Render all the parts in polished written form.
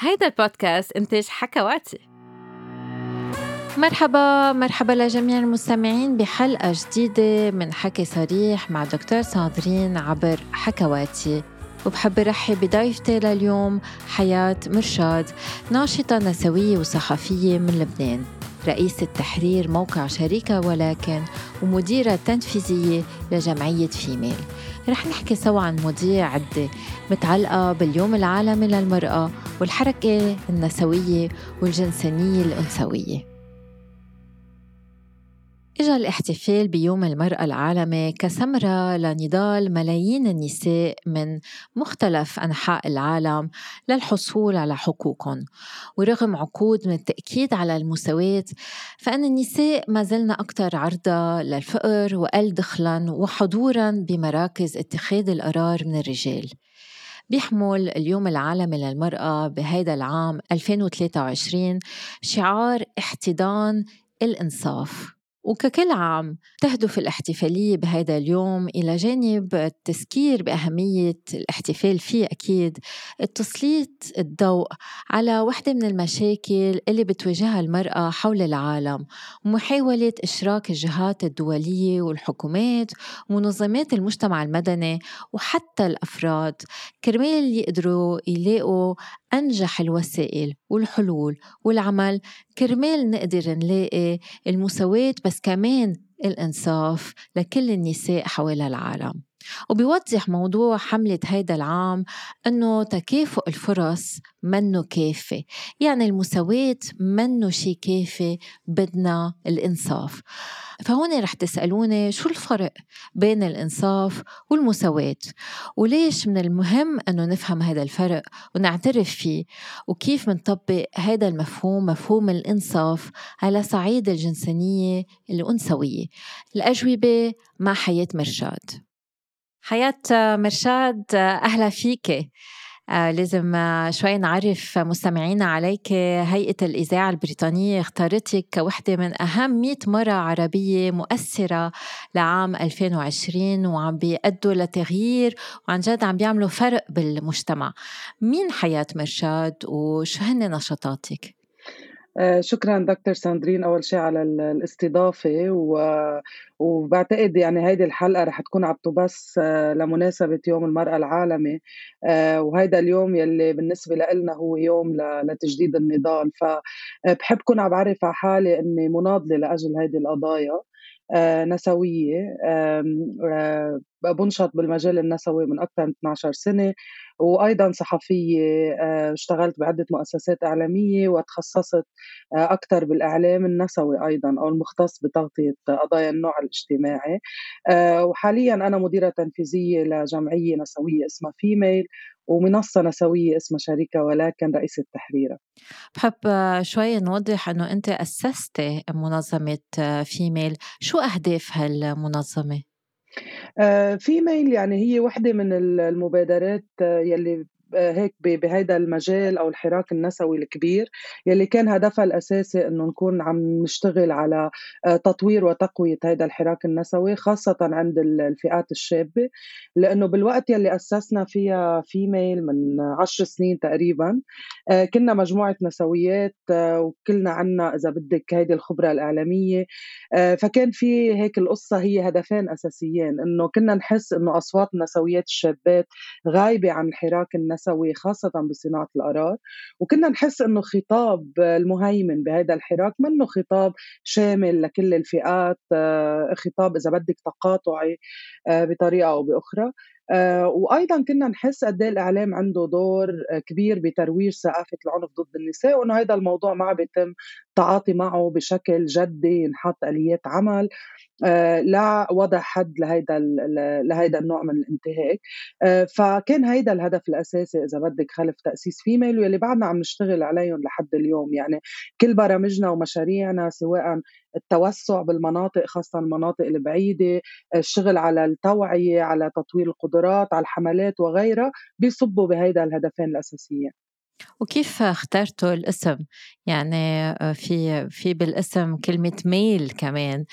هيدا البودكاست إنتاج حكواتي. مرحبا لجميع المستمعين بحلقة جديدة من حكي صريح مع دكتور ساندرين عبر حكواتي. وبحب رحب بضيفتي لليوم حياة مرشاد، ناشطة نسوية وصحفية من لبنان، رئيسة تحرير موقع شريكة ولكن ومديرة تنفيذية لجمعية فيميل. رح نحكي سوا عن مواضيع عدة متعلقة باليوم العالمي للمرأة والحركة النسوية والجنسانية الأنثوية. إجا الاحتفال بيوم المرأة العالمي كثمرة لنضال ملايين النساء من مختلف أنحاء العالم للحصول على حقوقهم. ورغم عقود من التأكيد على المساواة، فإن النساء ما زلنا أكثر عرضة للفقر وأقل دخلاً وحضوراً بمراكز اتخاذ القرار من الرجال. بيحمل اليوم العالمي للمرأة بهيدا العام 2023 شعار احتضان الإنصاف. وككل عام تهدف الاحتفالية بهذا اليوم إلى جانب التذكير بأهمية الاحتفال فيه أكيد تسليط الضوء على واحدة من المشاكل اللي بتواجهها المرأة حول العالم، ومحاولة إشراك الجهات الدولية والحكومات ومنظمات المجتمع المدني وحتى الأفراد كرمال يقدروا يلاقوا أنجح الوسائل والحلول والعمل كرمال نقدر نلاقي المساواة بس كمان الإنصاف لكل النساء حول العالم. وبيوضح موضوع حملة هيدا العام أنه تكافؤ الفرص منه كافي، يعني المساواة منه شي كافي، بدنا الإنصاف. فهون رح تسألوني شو الفرق بين الإنصاف والمساواة، وليش من المهم أنه نفهم هذا الفرق ونعترف فيه، وكيف منطبق هذا المفهوم، مفهوم الإنصاف، على صعيد الجنسانية الأنثوية. الأجوبة مع حياة مرشاد. حياة مرشاد، أهلا فيك. لازم شوي نعرف مستمعينا عليك. هيئة الإذاعة البريطانية اختارتك كوحدة من أهم 100 مرة عربية مؤثرة لعام 2020، وعم بيأدوا لتغيير وعن جد عم بيعملوا فرق بالمجتمع. مين حياة مرشاد وشو هن نشاطاتك؟ شكرا دكتور ساندرين أول شيء على الاستضافة وبعتقد يعني هيدي الحلقة رح تكون عم تبث لمناسبة يوم المرأة العالمي، وهيدا اليوم يلي بالنسبة لنا هو يوم لتجديد النضال. فبحب كون عم بعرف على حالي أني مناضلة لأجل هيدي القضايا نسوية. بنشط بالمجال النسوي من أكثر من 12 سنة، وأيضا صحفية. اشتغلت بعدة مؤسسات إعلامية وتخصصت أكثر بالإعلام النسوي أيضا أو المختص بتغطية قضايا النوع الاجتماعي. وحاليا أنا مديرة تنفيذية لجمعية نسوية اسمها فيميل، ومنصة نسوية اسمها شريكة ولكن رئيسة تحريرها. بحب شوي نوضح أنه أنت أسستي منظمة فيميل. شو أهداف هالمنظمة؟ فيميل يعني هي وحدة من المبادرات يلي هيك بهيدا المجال أو الحراك النسوي الكبير، يلي كان هدفها الأساسي إنه نكون عم نشتغل على تطوير وتقوية هيدا الحراك النسوي، خاصة عند الفئات الشابة. لأنه بالوقت يلي أسسنا فيها فيميل من 10 سنين تقريبا، كنا مجموعة نسويات، وكلنا عنا إذا بدك هيدي الخبرة الإعلامية. فكان في هيك القصة هي هدفين أساسيين، إنه كنا نحس إنه أصوات النسويات الشابات غايبة عن الحراك النسوي خاصة بصناعة القرار، وكنا نحس إنه خطاب المهيمن بهذا الحراك منه خطاب شامل لكل الفئات، خطاب إذا بدك تقاطعي بطريقة أو بأخرى. وأيضا كنا نحس قد إيه الإعلام عنده دور كبير بترويج ثقافة العنف ضد النساء، وإنه هذا الموضوع ما بيتم تعاطي معه بشكل جدي، ينحط آليات عمل لا وضع حد لهيدا النوع من الانتهاك. فكان هيدا الهدف الأساسي إذا بدك خلف تأسيس فيميل، واللي بعدنا عم نشتغل عليهم لحد اليوم. يعني كل برامجنا ومشاريعنا سواء التوسع بالمناطق خاصة المناطق البعيدة، الشغل على التوعية، على تطوير القدرات، على الحملات وغيرها، بيصبوا بهيدا الهدفين الأساسيين. وكيف اخترتوا الاسم؟ يعني في بالاسم كلمة ميل كمان،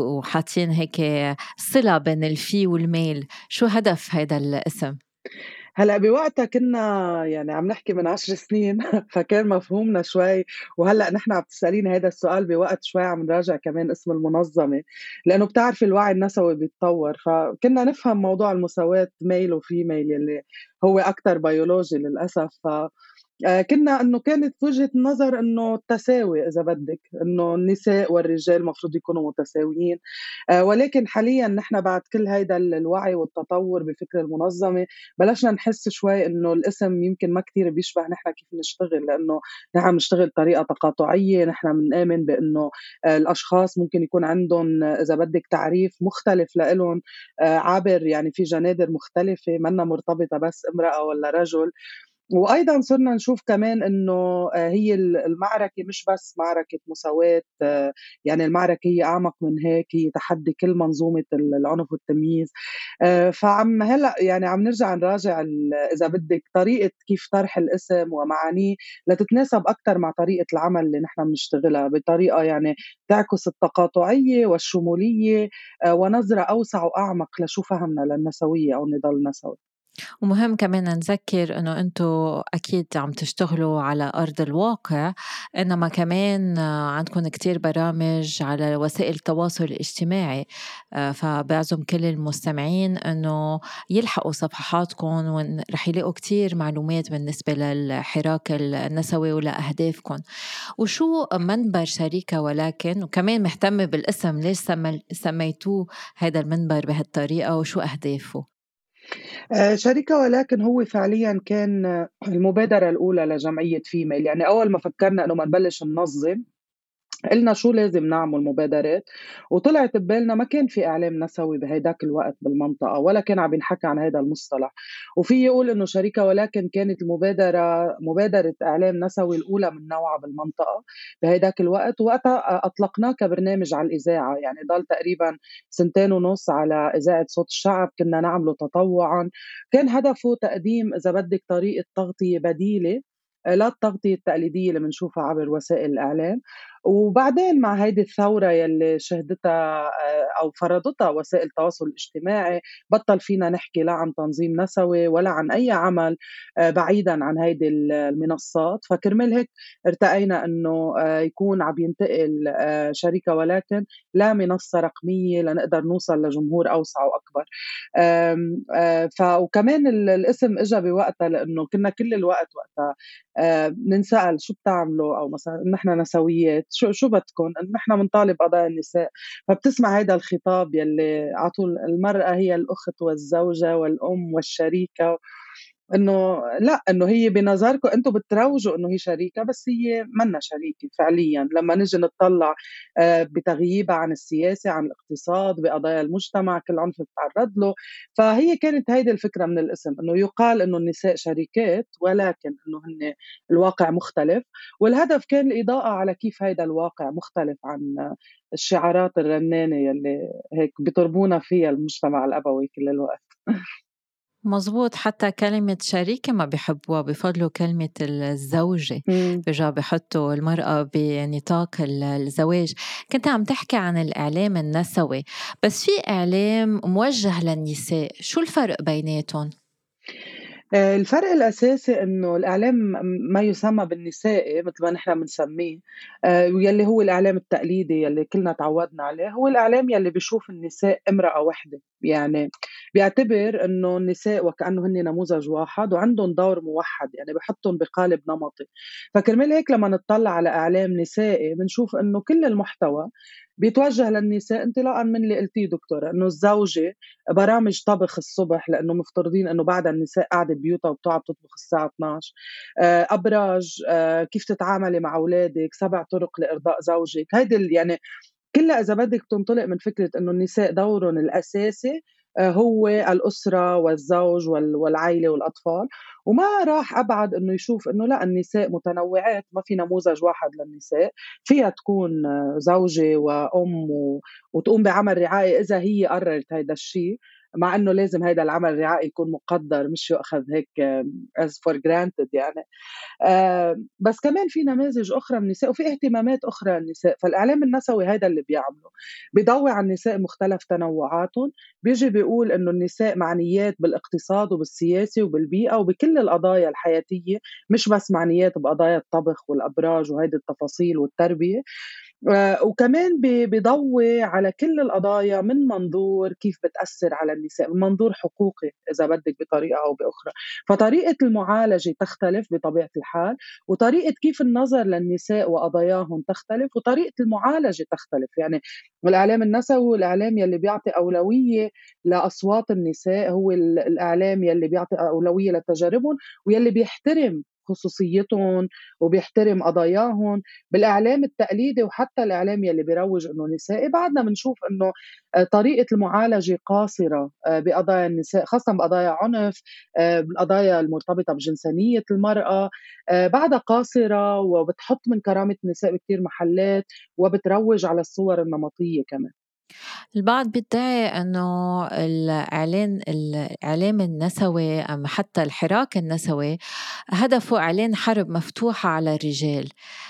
وحاطين هيك صلة بين الفي والميل. شو هدف هذا الاسم؟ هلأ بوقتها كنا يعني عم نحكي من 10 سنين فكان مفهومنا شوي، وهلأ نحن عم تسأليني هيدا السؤال بوقت شوي عم نراجع كمان اسم المنظمة، لإنه بتعرفي الوعي النسوي بيتطور، فكنا نفهم موضوع المساواة male وfemale يلّي هو أكتر بيولوجي للأسف. كنا إنه كانت وجهة النظر إنه التساوي إذا بدِّك، إنه النساء والرجال المفروض يكونوا متساويين. ولكن حاليًا نحن بعد كل هيدا الوعي والتطوّر بفكر المنظمة، بلشنا نحس شوي إنه الاسم يمكن ما كتير بيشبه نحن كيف نشتغل، لإنه نحن بنشتغل بطريقة تقاطعية، نحن بنآمن بإنه الأشخاص ممكن يكون عندهم إذا بدِّك تعريف مختلف لإلهم، عابر، يعني في جنادر مختلفة مَنّا مرتبطة بس امرأة والّا رجل. وأيضًا صرنا نشوف كمان إنه هي المعركة مش بس معركة مساواة، يعني المعركة هي أعمق من هيك، هي تحدي كل منظومة العنف والتمييز. فعم هلأ يعني عم نرجع نراجع إذا بدِّك طريقة كيف طرح الاسم ومعانيه لتتناسب أكتر مع طريقة العمل اللي نحن بنشتغلها، بطريقة يعني تعكس التقاطعية والشمولية، ونظرة أوسع وأعمق لشو فهمنا للنسوية أو النضال النسوي. ومهم كمان نذكر إنه أنتم أكيد عم تشتغلوا على أرض الواقع، إنما كمان عندكم كتير برامج على وسائل التواصل الاجتماعي. فبعزم كل المستمعين إنه يلحقوا صفحاتكم رح يلاقوا كتير معلومات بالنسبة للحراك النسوي ولأهدافكم. وشو منبر شريكة ولكن، وكمان مهتمة بالاسم، ليش سميتوه هذا المنبر بهالطريقة وشو أهدافه؟ شريكة ولكن هو فعليًا كان المبادرة الأولى لجمعية Female، يعني أول ما فكّرنا إنه بدنا نبلّش ننظّم، قلنا شو لازم نعمل مبادرات، وطلعت ببالنا ما كان في إعلام نسوي بهيداك الوقت بالمنطقة ولا كان عم ينحكى عن هيدا المصطلح، وفيي أقول إنه شريكة ولكن كانت المبادرة مبادرة إعلام نسوي الأولى من نوعها بالمنطقة بهيداك الوقت، وقتها أطلقناه كبرنامج على الإذاعة، يعني ضل تقريبًا سنتين ونُص على إذاعة صوت الشعب كنا نعمله تطوعًا. كان هدفه تقديم إذا بدِّك طريقة تغطية بديلة للتغطية التقليدية اللي بنشوفها عبر وسائل الإعلام. وبعدين مع هيدي الثورة يلّي شهدتها أو فرضتها وسائل التواصل الاجتماعي، بطّل فينا نحكي لا عن تنظيم نسوي ولا عن أي عمل بعيدًا عن هيدي المنصات، فكرمال هيك ارتأينا إنه يكون عم ينتقل شريكة ولكن لمنصة رقمية لنقدر نوصل لجمهور أوسع وأكبر. وكمان الاسم إجا بوقتها لإنه كنا كل الوقت وقتها بننسأل شو بتعملوا، أو مثلًا نحن نسويات شو بدكم؟ إنه نحن بنطالب قضايا النساء، فبتسمع هيدا الخطاب يلّي على طول المرأة هي الأخت والزوجة والأم والشريكة، إنه لأ، إنه هي بنظركم أنتم بتروجوا إنه هي شريكة، بس هي مَنّا شريكة فعليًا، لمّا نيجي نتطلّع بتغييبها عن السياسة، عن الاقتصاد، بقضايا المجتمع، كل عنف بتتعرّض له. فهي كانت هيدي الفكرة من الاسم، إنه يُقال إنه النساء شريكات ولكن إنه هن الواقع مختلف، والهدف كان الإضاءة على كيف هيدا الواقع مختلف عن الشعارات الرنانة يلّي هيك بيطربونا فيها المجتمع الأبوي كل الوقت. مزبوط، حتى كلمة شريكة ما بيحبوها، بفضلوا كلمة الزوجة، إمم. بيرجعوا بيحطوا المرأة بنطاق الزواج. كنت عم تحكي عن الإعلام النسوي، بس في إعلام موجه للنساء، شو الفرق بيناتهم؟ الفرق الأساسي إنه الإعلام ما يُسمّى بالنسائي متل ما نحن بنسمّيه، واللي هو الإعلام التقليدي يلّي كلنا اتعوّدنا عليه، هو الإعلام يلّي بيشوف النساء امرأة واحدة، يعني بيعتبر إنه النساء وكأنه هن نموذج واحد وعندهم دور موحّد، يعني بيحطّن بقالب نمطي. فكرمال هيك لمّا نطلّع على إعلام نسائي بنشوف إنه كل المحتوى بيتوجّه للنساء انطلاقًا من اللي قلتيه دكتورة، إنه الزوجة برامج طبخ الصبح لإنه مفترضين إنه بعدها النساء قاعدة ببيوتها وبتقعد تطبخ الساعة 12:00، أبراج، كيف تتعاملي مع أولادِك، 7 طرق لإرضاء زوجِك، هيدي يعني كلّها إذا بدِّك تنطلق من فكرة إنه النساء دورٌ الأساسي هو الأسرة والزوج والعيلة والأطفال، وما راح أبعد إنه يشوف إنه لأ النساء متنوعات ما في نموذج واحد للنساء، فيها تكون زوجة وأم وتقوم بعمل رعاية إذا هي قررت هيدا الشي. مع إنه لازم هيدا العمل الرعائي يكون مُقدّر مش يُأخذ هيك as for granted يعني. بس كمان في نماذج أخرى من النساء وفي اهتمامات أخرى للنساء، فالإعلام النسوي هيدا اللي بيعمله، بيضوّي على النساء مختلف تنوعاتهم، بييجي بيقول إنه النساء معنيات بالاقتصاد وبالسياسة وبالبيئة وبكل القضايا الحياتية، مش بس معنيات بقضايا الطبخ والأبراج وهيدي التفاصيل والتربية. وكمان بيضوّي على كل القضايا من منظور كيف بتأثّر على النساء، من منظور حقوقي إذا بدِّك بطريقة أو بأخرى، فطريقة المعالجة تختلف بطبيعة الحال، وطريقة كيف النظر للنساء وقضاياهم تختلف، وطريقة المعالجة تختلف، يعني الإعلام النسوي والإعلام يلّي بيعطي أولوية لأصوات النساء هو الإعلام يلّي بيعطي أولوية لتجاربهم ويلّي بيحترم خصوصيتهم وبيحترم قضاياهم. بالإعلام التقليدي وحتى الإعلام يلّي بيروّج إنه نسائي، بعدنا بنشوف إنه طريقة المعالجة قاصرة بقضايا النساء، خاصةً بقضايا عنف، بالقضايا المرتبطة بجنسانية المرأة، بعدها قاصرة وبتحُط من كرامة النساء بكتير محلات، وبتروّج على الصور النمطية كمان. البعض بيدعي إنه الإعلام النسوي أم حتى الحراك النسوي هدفه إعلان حرب مفتوحة على الرجال.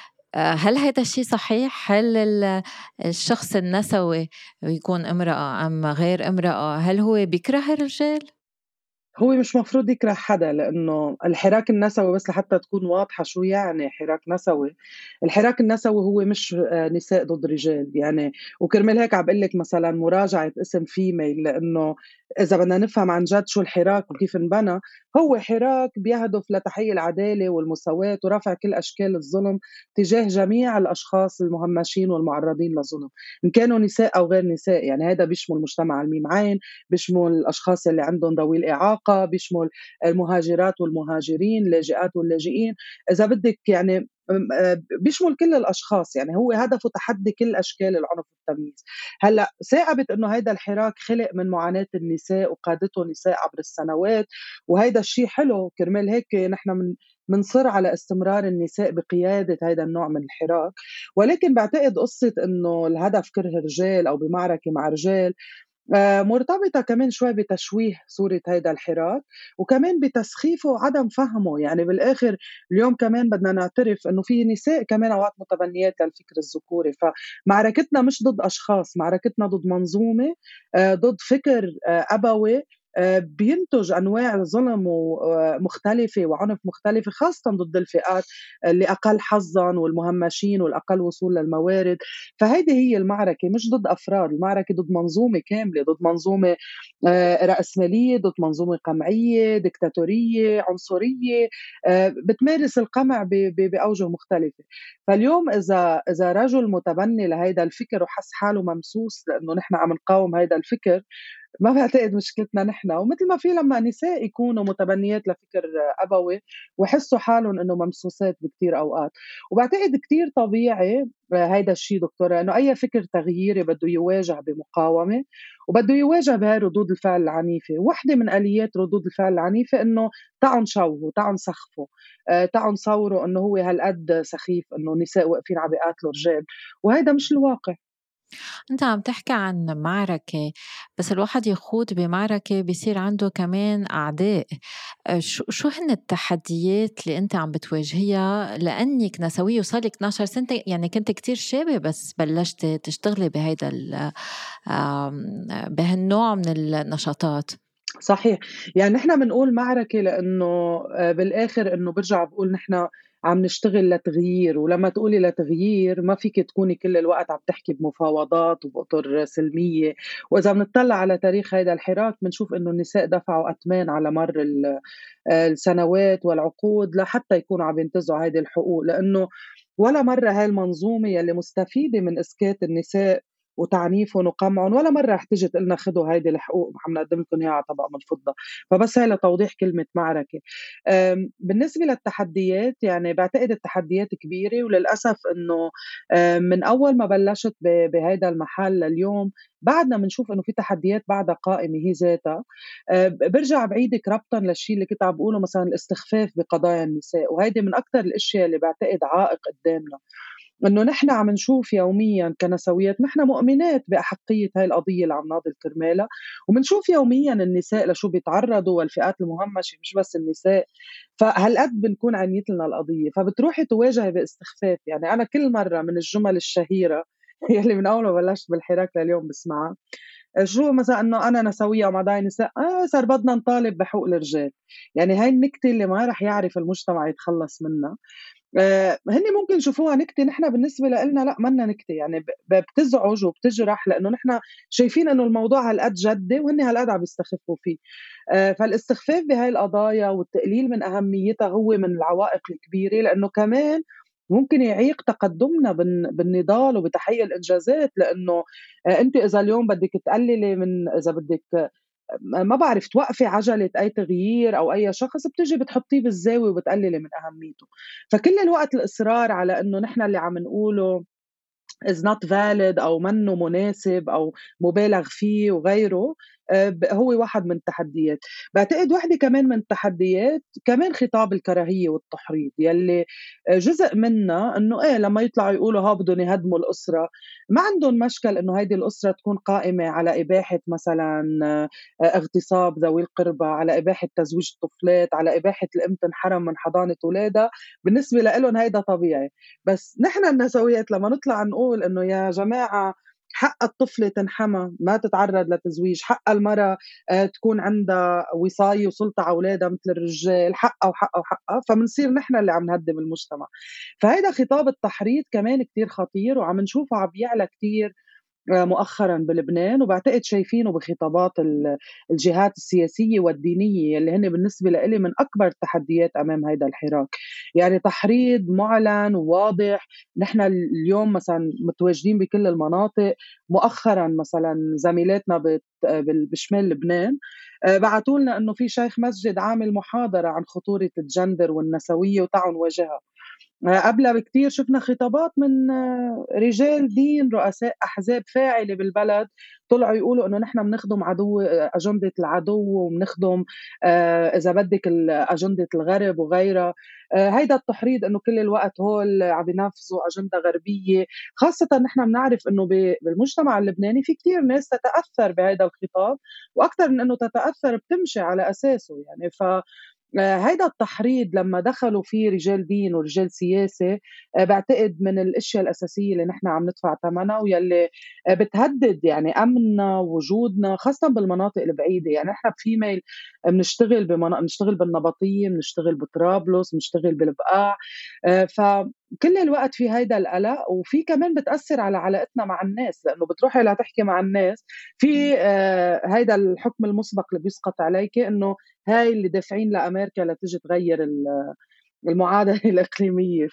هل هيدا الشي صحيح؟ هل الشخص النسوي يكون امرأة أم غير امرأة، هل هو بيكره الرجال؟ هو مش مفروض يكره حدا، لإنه الحراك النسوي بس لحتى تكون واضحة شو يعني حراك نسوي، الحراك النسوي هو مش نساء ضد رجال، يعني وكرمال هيك عم باقول لِك مثلًا مراجعة اسم female لإنه إذا بدنا نفهم عن جد شو الحراك وكيف انبنى، هو حراك بيهدف لتحقيق العدالة والمساواة ورفع كل أشكال الظلم تجاه جميع الأشخاص المهمشين والمعرضين للظلم، إن كانوا نساء أو غير نساء، يعني هيدا بيشمل مجتمع الميم عين، بيشمل الأشخاص اللي عندهم ذوي الإعاقة، بيشمل المهاجرات والمهاجرين، اللاجئات واللاجئين، إذا بدِّك يعني بيشمل كل الأشخاص، يعني هو هدفه تحدي كل أشكال العنف والتمييز. هلأ ثاقبت إنه هيدا الحراك خلق من معاناة النساء وقادته نساء عبر السنوات، وهيدا الشي حلو، كرمال هيك نحن منصِر على استمرار النساء بقيادة هيدا النوع من الحراك، ولكن باعتقد قصة إنه الهدف كره رجال أو بمعركة مع رجال مرتبطة كمان شوي بتشويه صورة هيدا الحراك، وكمان بتسخيفه وعدم فهمه، يعني بالآخر اليوم كمان بدنا نعترف إنه في نساء كمان أوقات متبنيات للفكر الذكوري، فمعركتنا مش ضد أشخاص، معركتنا ضد منظومة، ضد فكر أبوي بينتج أنواع ظلم مختلفة وعنف مختلفة، خاصةً ضد الفئات اللي أقل حظًا والمهمشين والأقل وصول للموارد. فهيدي هي المعركة مش ضد أفراد، المعركة ضد منظومة كاملة، ضد منظومة رأسمالية، ضد منظومة قمعية، ديكتاتورية، عنصرية، بتمارس القمع بأوجه مختلفة. فاليوم إذا رجل متبني لهيدا الفكر وحس حاله ممسوس لإنه نحن عم نقاوم هيدا الفكر، ما باعتقد مشكلتنا نحن، ومثل ما في لمّا نساء يكونوا متبنيات لفكر أبوي ويحسّوا حالهم إنه ممسوسات بكتير أوقات، وباعتقد كتير طبيعي هيدا الشي دكتورة إنه أي فكر تغييري بده يواجه بمقاومة، وبده يواجه بهاي ردود الفعل العنيفة، وواحدة من آليات ردود الفعل العنيفة إنه تعوا نشوهوا، تعوا نسخفوا، تعوا نصوروا إنه هو هالقد سخيف إنه نساء واقفين عم بيقاتلوا رجال، وهيدا مش الواقع. أنت عم تحكي عن معركة، بس الواحد يخوض بمعركة بيصير عنده كمان أعداء. شو هن التحديات اللي أنت عم بتواجهيها لأنك نسوية وصار لك 12 سنة، يعني كنت كتير شابة بس بلشت تشتغلي بهيدا بهالنوع من النشاطات؟ صحيح، يعني نحن بنقول معركة لإنه بالآخر إنه بارجع باقول نحن عم نشتغل لتغيير، ولمّا تقولي لتغيير ما فيكِ تكوني كل الوقت عم تحكي بمفاوضات وبأطر سلمية، وإذا بنطلّع على تاريخ هيدا الحراك بنشوف إنه النساء دفعوا أثمان على مَر السنوات والعقود لحتى يكونوا عم ينتزعوا هيدي الحقوق، لإنه ولا مرّة هاي المنظومة يلّي مستفيدة من إسكات النساء وتعنيفٌ وقمعٌ، ولا مرّة رح تيجي تقول لنا خدوا هيدي الحقوق عم نقدّم لكم إياها على طبق من فضة، فبس هي لتوضيح كلمة معركة. بالنسبة للتحديات يعني باعتقد التحديات كبيرة، وللأسف إنه من أول ما بلّشت بهيدا المحل لليوم بعدنا بنشوف إنه في تحديات بعدها قائمة هي ذاتها. بارجع باعيدِك ربطًا للشي اللي كنت عم باقوله مثلًا الاستخفاف بقضايا النساء، وهيدي من أكتر الأشياء اللي باعتقد عائق قدّامنا. إنه نحن عم نشوف يوميًا كنسويات، نحن مؤمنات بأحقية هاي القضية اللي عم نناضل كرمالها، ومنشوف يوميًا النساء لشو بيتعرّضوا والفئات المهمشة مش بس النساء، فهالقد بنكون عنيت لنا القضية، فبتروحي تواجهي باستخفاف. يعني أنا كل مرّة من الجُمل الشهيرة يلّي من أول ما بلشت بالحراك لليوم باسمعها، شو مثلًا إنه أنا نسوية ومعاي نساء، صار بدنا نطالب بحقوق الرجال. يعني هاي النكتة اللي ما رح يعرف المجتمع يتخلّص منّا. هن ممكن يشوفوها نكتة، نحن بالنسبة لإلنا لأ مَنّا نكتة، يعني بتزعج وبتجرح لإنه نحن شايفين إنه الموضوع هالقد جدّي وهن هالقد عم يستخفوا فيه. فالاستخفاف بهاي القضايا والتقليل من أهميتها هو من العوائق الكبيرة، لإنه كمان ممكن يعيق تقدُّمنا بالنضال وبتحقيق الإنجازات، لإنه أنتِ إذا اليوم بدِّك تقلّلي من إذا بدِّك ما بعرف توقفي عجلة أي تغيير أو أي شخص، بتيجي بتحطّيه بالزاوية وبتقلّلي من أهميته. فكل الوقت الإصرار على إنه نحن اللي عم نقوله is not valid أو منّه مناسب أو مُبالغ فيه وغيره، هو واحد من التحديات. باعتقد واحدة كمان من التحديات كمان خطاب الكراهية والتحريض، يلّي جزء منّا إنه لمّا يطلعوا يقولوا بدّن يهدموا الأسرة، ما عندهم مشكل إنه هيدي الأسرة تكون قائمة على إباحة مثلًا اغتصاب ذوي القربى، على إباحة تزويج الطفلات، على إباحة الأم تنحرم من حضانة ولادها. بالنسبة لإلهم هيدا طبيعي. بس نحن النسويات لمّا نطلع نقول إنه يا جماعة حق الطفلة تنحمى، ما تتعرّض لتزويج، حق المرأة تكون عندها وصاية وسُلطة على ولادها متل الرجال، حقّها وحقّها وحقّها، فمنصير نحن اللي عم نهدّم المجتمع. فهيدا خطاب التحريض كمان كتير خطير وعم نشوفه عم يعلى كتير مؤخرًا بلبنان، وباعتقد شايفينه بخطابات الجهات السياسية والدينية يلّي هن بالنسبة لإلي من أكبر التحديات أمام هيدا الحراك. يعني تحريض مُعلن وواضح. نحن اليوم مثلًا متواجدين بكل المناطق. مؤخرًا مثلًا زميلاتنا بشمال لبنان بعتوا لنا إنه في شيخ مسجد عامل محاضرة عن خطورة الgender والنسوية وتعالوا نواجهها. قبلها بكتير شُفنا خطابات من رجال دين، رؤساء أحزاب فاعلة بالبلد، طلعوا يقولوا إنه نحن بنخدم عدو أجندة العدو وبنخدم إذا بدِّك أجندة الغرب وغيرها. هيدا التحريض إنه كل الوقت هول عم بينفذوا أجندة غربية، خاصةً نحن بنعرف إنه بالمجتمع اللبناني في كتير ناس تتأثّر بهيدا الخطاب، وأكتر من إنه تتأثّر بتمشي على أساسه يعني. هيدا التحريض لمّا دخلوا فيه رجال دين ورجال سياسة، باعتقد من الأشيا الأساسية اللي نحن عم ندفع تمنها ويلّي بتهدد يعني أمننا ووجودنا خاصةً بالمناطق البعيدة. يعني نحن بفيميل بنشتغل بالنبطية، بنشتغل بطرابلس، بنشتغل بالبقاع. فكل الوقت في هيدا القلق، وفي كمان بتأثّر على علاقتنا مع الناس، لإنه بتروحي لتحكي مع الناس في هيدا الحكم المُسبق اللي بيسقط عليكِ إنه هاي اللي دافعين لأمريكا لتيجي تغيّر المعادلة الإقليمية.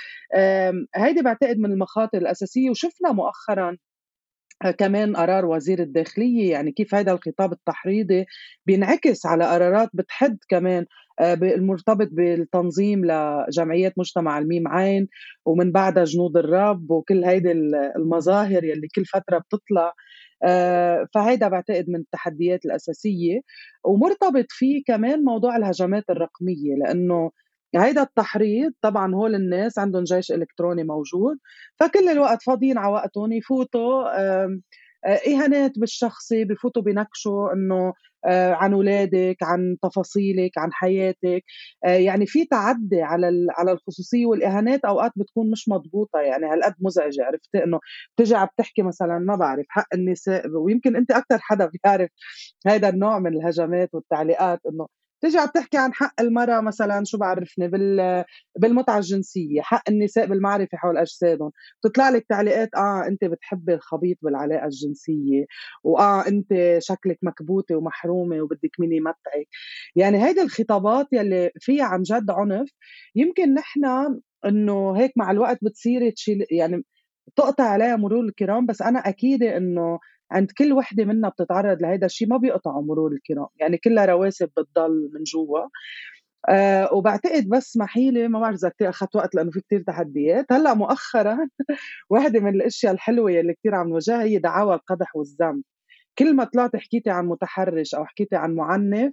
هيدي باعتقد من المخاطر الأساسية. وشُفنا مؤخرًا كمان قرار وزير الداخلية، يعني كيف هيدا الخطاب التحريضي بينعكس على قرارات بتحد كمان المرتبط بالتنظيم لجمعيات مجتمع الميم عين، ومن بعدها جنود الرب وكل هيدي المظاهر يلّي كل فترة بتطلع. فهيدا باعتقد من التحديات الأساسية. ومرتبط فيه كمان موضوع الهجمات الرقمية، لإنه هيدا التحريض طبعًا هول الناس عندهم جيش إلكتروني موجود، فكل الوقت فاضيين على وقتهم يفوتوا إهانات بالشخصي، بفوتوا بينكشوا إنه عن ولادِك، عن تفاصيلِك، عن حياتِك. يعني في تعدّي على الخصوصية، والإهانات أوقات بتكون مش مضبوطة، يعني هالقد مزعجة، عرفتِ؟ إنه بتيجي عم تحكي مثلًا ما بعرف حق النساء، ويمكن أنتِ أكتر حدا بيعرف هيدا النوع من الهجمات والتعليقات، إنه بتيجي عم تحكي عن حق المرأة مثلًا شو بعرفني بالمتعة الجنسية، حق النساء بالمعرفة حول أجسادهم، بتطلع لِك تعليقات أنتِ بتحبّي الخبيط بالعلاقة الجنسية، أنتِ شكلِك مكبوتة ومحرومة وبدِّك مين يمتعِك. يعني هيدي الخطابات يلّي فيها عن جد عنف، يمكن نحن إنه هيك مع الوقت بتصيري يعني تُقطع عليها مرور الكرام، بس أنا أكيدة إنه عند كل وحدة منا بتتعرّض لهيدا الشي ما بيقطعوا مرور الكرام، يعني كلّا رواسب بتضل من جوّا. وباعتقد بس اسمحي لي، ما بعرف إذا كتير أخدت وقت لإنه في كتير تحديات. هلأ مؤخرًا واحدة من الأشيا الحلوة يلّي كتير عم نواجهها هي دعاوى القدح والذم. كل ما طلعتِ حكيتِ عن متحرّش أو حكيتِ عن مُعنِّف،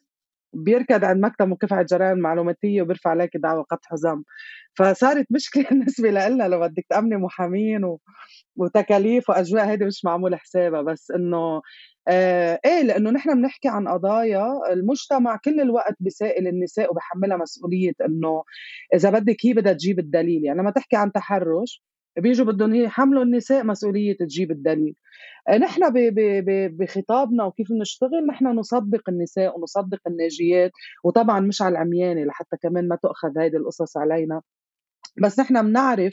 بيركض عند مكتب مكافحة الجرائم المعلوماتية وبيرفع عليكِ دعوى قطع ذنب. فصارت مشكلة بالنسبة لإلنا لو بدِّك تأمني محامين وتكاليف وأجواء هيدي مش معمول حسابها. بس إنه إيه، لإنه نحن بنحكي عن قضايا المجتمع كل الوقت بيسائل النساء وبيحمّلها مسؤولية إنه إذا بدِّك هي بدها تجيب الدليل. يعني لمّا تحكي عن تحرُّش بييجوا بدّن يحملوا النساء مسؤولية تجيب الدليل. نحن ب ب ب بخطابنا وكيف بنشتغل نحن نصدّق النساء ونصدّق الناجيات، وطبعًا مش على العميانة لحتى كمان ما تؤخذ هيدي القصص علينا. بس نحن بنعرف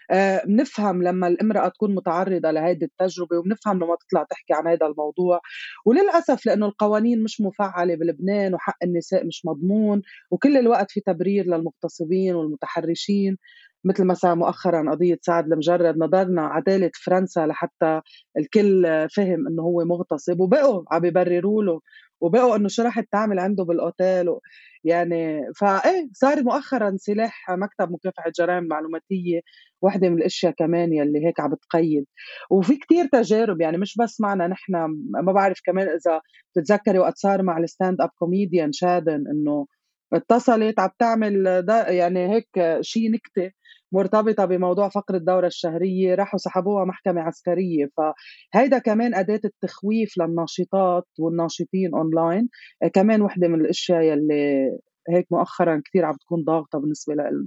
بنفهم لمّا الامرأة تكون متعرّضة لهيدي التجربة، وبنفهم لمّا تطلع تحكي عن هيدا الموضوع. وللأسف لإنه القوانين مش مفعّلة بلبنان وحق النساء مش مضمون، وكل الوقت في تبرير للمغتصبين والمتحرّشين. متل مثلًا مؤخرًا قضية سعد المجرد، نظرنا عدالة فرنسا لحتى الكل فهم إنه هو مغتصب، وبقوا عم يبرروا له، وبقوا إنه شو رحت تعمل عنده بالأوتيل يعني فإيه صار مؤخرًا سلاح مكتب مكافحة الجرائم المعلوماتية واحدة من الأشياء كمان يلّي هيك عم بتقيّد. وفي كتير تجارب يعني مش بس معنا نحن. ما باعرف كمان إذا بتتذكّري وقت صار مع الstand up comedian شادن إنه اتصلت عم تعمل يعني هيك شي نكتة مرتبطة بموضوع فقر الدورة الشهرية، راحوا سحبوها محكمة عسكرية. فهيدا كمان أداة التخويف للناشطات والناشطين online. كمان وحدة من الأشياء يلّي هيك مؤخرًا كتير عم بتكون ضاغطة بالنسبة لإلنا.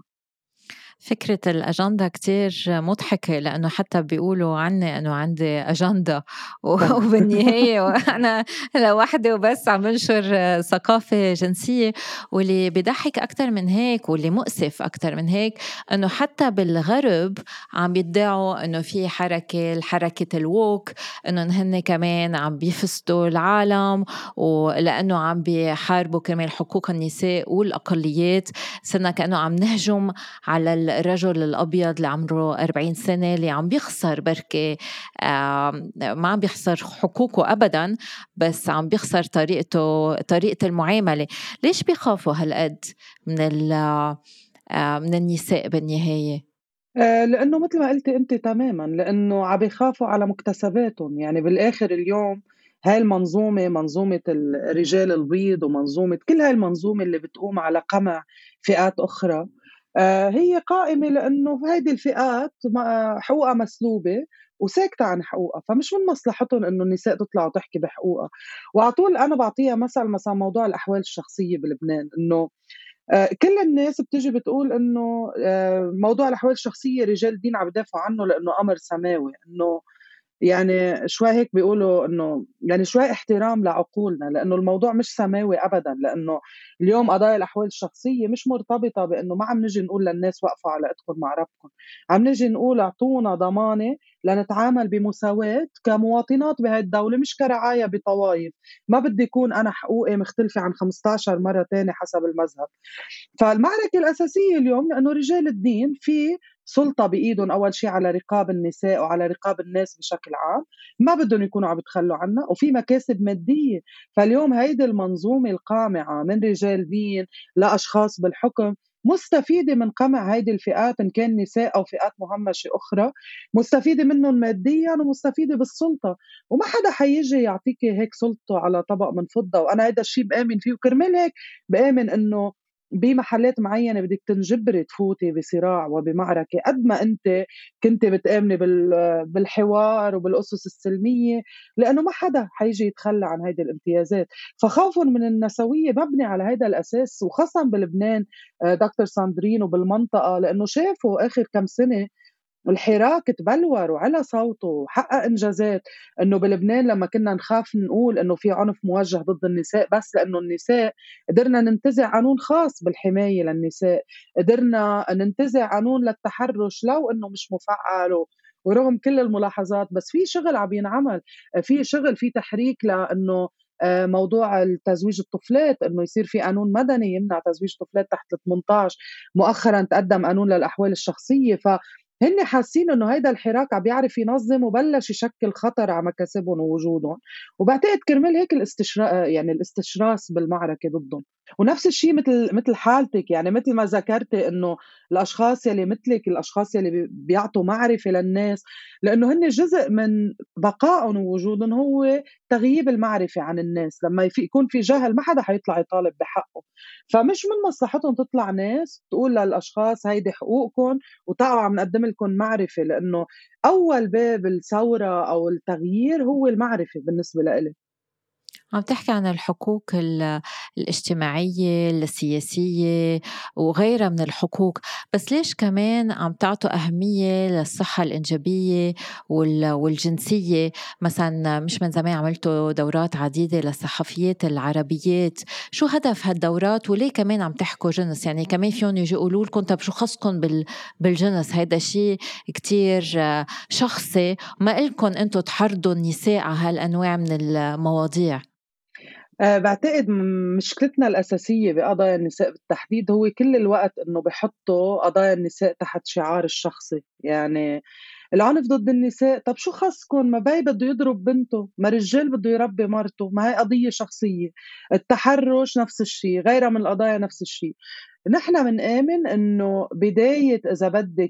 فكرة الأجندة كتير مضحكة لأنه حتى بيقولوا عني أنه عندي أجندة وبالنهاية أنا لوحدي وبس عم بنشر ثقافة جنسية. واللي بيضحك أكتر من هيك واللي مؤسف أكتر من هيك أنه حتى بالغرب عم بيدعوا أنه في حركة الووك، أنه هن كمان عم بيفسدوا العالم ولأنه عم بيحاربوا كمان حقوق النساء والأقليات. صرنا كأنه عم نهجم على الرجل الأبيض اللي عمره 40 سنة اللي عم بيخسر بركة، ما عم بيخسر حقوقه أبدا، بس عم بيخسر طريقة المعاملة. ليش بيخافوا هالقد من النساء بالنهاية؟ لإنه متل ما قُلتِ أنتِ تمامًا، لإنه عم بيخافوا على مكتسباتهم. يعني بالآخر اليوم هاي المنظومة، منظومة الرجال البيض ومنظومة كل هاي المنظومة اللي بتقوم على قمع فئات أخرى، هي قائمة لإنه هيدي الفئات حقوقها مسلوبة وساكتة عن حقوقها. فمش من مصلحتهم إنه النساء تطلع وتحكي بحقوقها. وعلى طول أنا باعطيها مثلًا موضوع الأحوال الشخصية بلبنان، إنه كل الناس بتيجي بتقول إنه موضوع الأحوال الشخصية رجال الدين عم يدافعوا عنه لإنه أمر سماوي. إنه يعني شوي هيك بيقولوا إنه يعني شوي احترام لعقولنا، لإنه الموضوع مش سماوي أبدًا. لإنه اليوم قضايا الأحوال الشخصية مش مرتبطة بإنه ما عم نيجي نقول للناس وقفوا على إيدكم مع ربكم، عم نيجي نقول اعطونا ضمانة لنتعامل بمساواة كمواطنات بهاي الدولة مش كرعايا بطوايف. ما بدي يكون أنا حقوقي مختلفة عن 15 مرة تاني حسب المذهب. فالمعركة الأساسية اليوم لأنه رجال الدين في سُلطة بإيدهم أول شي على رقاب النساء وعلى رقاب الناس بشكل عام، ما بدّن يكونوا عم يتخلّوا عنّا، وفي مكاسب مادية. فاليوم هيدي المنظومة القامعة من رجال دين لأشخاص بالحُكم مستفيدة من قمع هيدي الفئات إن كان نساء أو فئات مهمّشة أخرى، مستفيدة منّن ماديًا ومستفيدة بالسُلطة. وما حدا حييجي يعطيكِ هيك سُلطته على طبق من فضّة. وأنا هيدا الشي بآمن فيه وكرمال هيك بآمن إنه بمحلات معيّنة بدِّك تنجبري تفوتي بصراع وبمعركة قد ما أنتِ كنتِ بتآمني بالحوار وبالأسس السلمية، لإنه ما حدا حييجي يتخلّى عن هيدي الامتيازات. فخوفٌ من النسوية مبني على هيدا الأساس وخاصةً بلبنان دكتور ساندرين وبالمنطقة، لإنه شافوا آخر كام سنة الحراك تبلور وعلى صوته وحقق إنجازات. إنه بلبنان لمّا كنّا نخاف نقول إنه في عنف موجه ضد النساء بس لإنه النساء، قدرنا ننتزع قانون خاص بالحماية للنساء، قدرنا ننتزع قانون للتحرُّش لو إنه مش مفعّل ورغم كل الملاحظات. بس في شغل عم ينعمل، في شغل، في تحريك لإنه موضوع تزويج الطفلات، إنه يصير في قانون مدني يمنع تزويج طفلات تحت ال18. مؤخرًا تقدّم قانون للأحوال الشخصية. هن حاسين إنه هيدا الحراك عم بيعرف ينظّم وبلّش يشكّل خطر على مكاسبهم ووجودهم. وباعتقد كرمال هيك يعني الاستشراس بالمعركة ضدّن. ونفس الشيء مثل حالتِك، يعني مثل ما ذكرتِ إنه الأشخاص يلي مثلِك، الأشخاص يلي بيعطوا معرفة للناس، لإنه هن جزء من بقائهم ووجودهم هو تغييب المعرفة عن الناس، لمّا يكون في جهل ما حدا حيطلع يطالب بحقه، فمش من مصلحتهم تطلع ناس تقول للأشخاص هيدي حقوقكم وتعالوا عم نقدّم لكم معرفة، لإنه أول باب الثورة أو التغيير هو المعرفة بالنسبة لإلي. عم تحكي عن الحقوق الاجتماعية، السياسية وغيرها من الحقوق، بس ليش كمان عم تعطوا أهمية للصحة الإنجابية والجنسية؟ مثلا مش من زمان عملتوا دورات عديدة للصحفيات العربيات، شو هدف هالدورات وليه كمان عم تحكوا جنس؟ يعني كمان فيهم يجي يقولوا لكم طب شو خصكم بالجنس؟ هيدا شيء كتير شخصي، ما إلكم أنتوا تحرضوا النساء على هالأنواع من المواضيع. باعتقد مشكلتنا الأساسية بقضايا النساء بالتحديد هو كل الوقت إنه بيحطّوا قضايا النساء تحت شعار الشخصي، يعني العنف ضد النساء، طَب شو خصكن؟ ما بي بده يضرب بنته، ما رجّال بده يربّي مرته، ما هي قضية شخصية، التحرُّش نفس الشي، غيرها من القضايا نفس الشي. نحن منآمن إنه بداية إذا بدِّك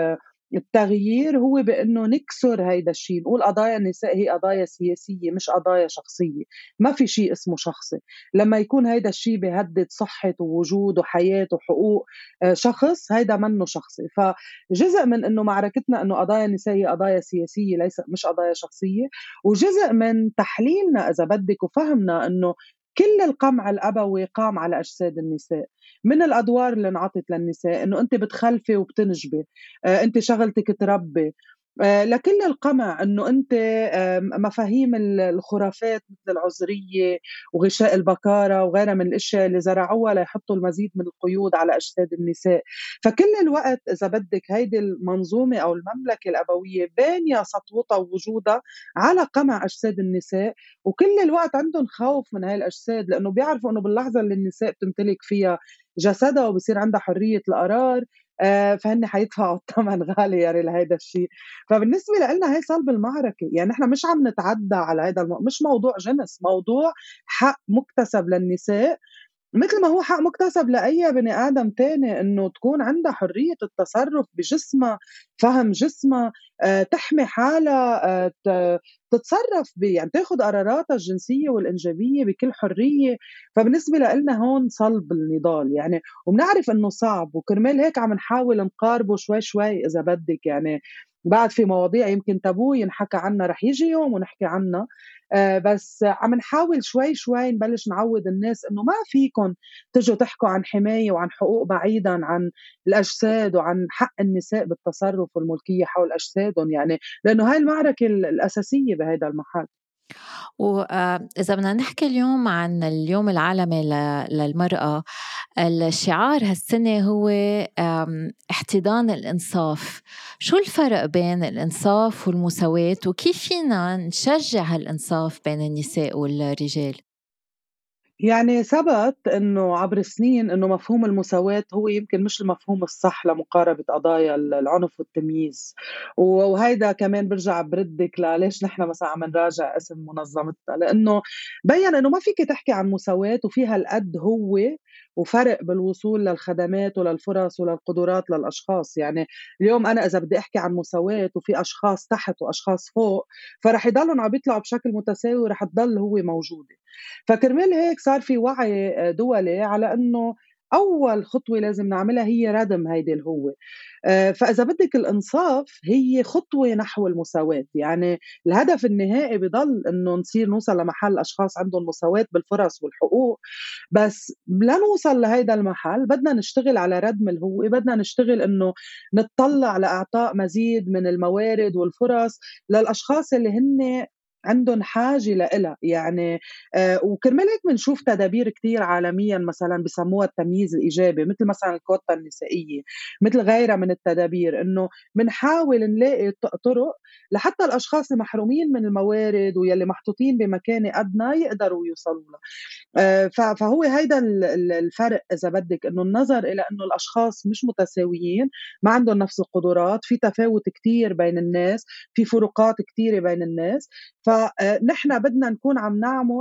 التغيير هو بإنه نكسر هيدا الشي، نقول قضايا النساء هي قضايا سياسية مش قضايا شخصية، ما في شي اسمه شخصي، لمّا يكون هيدا الشي بيهدد صحة ووجود وحياة وحقوق شخص هيدا منّه شخصي، فجزء من إنه معركتنا إنه قضايا النساء هي قضايا سياسية ليست مش قضايا شخصية، وجزء من تحليلنا إذا بدِّك وفهمنا إنه كل القمع الأبوي قام على أجساد النساء، من الأدوار اللي انعطت للنساء إنه أنتِ بتخلفي وبتنجبي، أنتِ شغلتِك تربّي، لكل القمع إنه أنتِ مفاهيم الخرافات مثل العُذرية وغشاء البكارة وغيرها من الأشياء اللي زرعوها ليحطّوا المزيد من القيود على أجساد النساء، فكل الوقت إذا بدِّك هيدي المنظومة أو المملكة الأبوية بانية سطوتها ووجودها على قمع أجساد النساء، وكل الوقت عندهم خوف من هاي الأجساد، لإنه بيعرفوا إنه باللحظة اللي النساء بتمتلك فيها جسدها وبصير عندها حرية القرار، فهن حيدفعوا الثمن غالي يعني لهيدا الشي، فبالنسبة لإلنا هي صلب المعركة، يعني نحن مش عم نتعدّى على هيدا مش موضوع جنس، موضوع حق مُكتسب للنساء متل ما هو حق مُكتسب لأي بني آدم تاني إنه تكون عندها حرية التصرُّف بجسمها، فهم جسمها، تحمي حالها، تتصرّف يعني تاخُد قراراتها الجنسية والإنجابية بكل حرية، فبالنسبة لإلنا هون صلب النضال يعني وبنعرف إنه صعب وكرمال هيك عم نحاول نقاربه شوي، شوي إذا بدِّك يعني بعد في مواضيع يمكن تابو ينحكى عنّا رح ييجي يوم ونحكي عنّا، بس عم نحاول شوي، شوي نبلّش نعوّد الناس إنه ما فيكن تيجوا تحكوا عن حماية وعن حقوق بعيدًا عن الأجساد وعن حق النساء بالتصرُّف والملكية حول أجسادهم يعني، لإنه هاي المعركة الأساسية بهيدا المحل. وإذا بدنا نحكي اليوم عن اليوم العالمي للمرأة، الشعار هالسنة هو احتضان الإنصاف. شو الفرق بين الإنصاف والمساواة وكيف فينا نشجع هالإنصاف بين النساء والرجال؟ يعني ثبت إنه عبر السنين إنه مفهوم المساواة هو يمكن مش المفهوم الصح لمقاربة قضايا العنف والتمييز، وهيدا كمان بارجع بردِّك لليش نحن مثلًا عم نراجع اسم منظمتنا، لإنه بيّن إنه ما فيكِ تحكي عن مساواة وفي هالقد هو وفرق بالوصول للخدمات وللفرص وللقدرات للأشخاص، يعني اليوم أنا إذا بدي أحكي عن مساواة وفي أشخاص تحت وأشخاص فوق، فرح يضلّن عم بيطلعوا بشكل متساوي ورح تضل هو موجودة. فكرمال هيك صار في وعي دولي على إنه أول خطوة لازم نعملها هي ردم هيدي الهوّة، فإذا بدِّك الإنصاف هي خطوة نحو المساواة، يعني الهدف النهائي بضل إنه نصير نوصل لمحل أشخاص عندهم مساواة بالفرص والحقوق، بس لنوصل لهيدا المحل بدنا نشتغل على ردم الهوّة، بدنا نشتغل إنه نتطلّع لإعطاء مزيد من الموارد والفرص للأشخاص اللي هن عندهم حاجة لإلها، يعني وكرمال هيك بنشوف تدابير كتير عالميًا مثلًا بسموها التمييز الإيجابي، مثل مثلًا الكوتا النسائية، مثل غيرها من التدابير، إنه منحاول نلاقي طرق لحتى الأشخاص المحرومين من الموارد واللي محطوطين بمكانة أدنى يقدروا يوصلوا لها. فهو هيدا الفرق إذا بدِّك، إنه النظر إلى إنه الأشخاص مش متساويين، ما عندهم نفس القدرات، في تفاوت كتير بين الناس، في فروقات كتيرة بين الناس، نحن بدنا نكون عم نعمل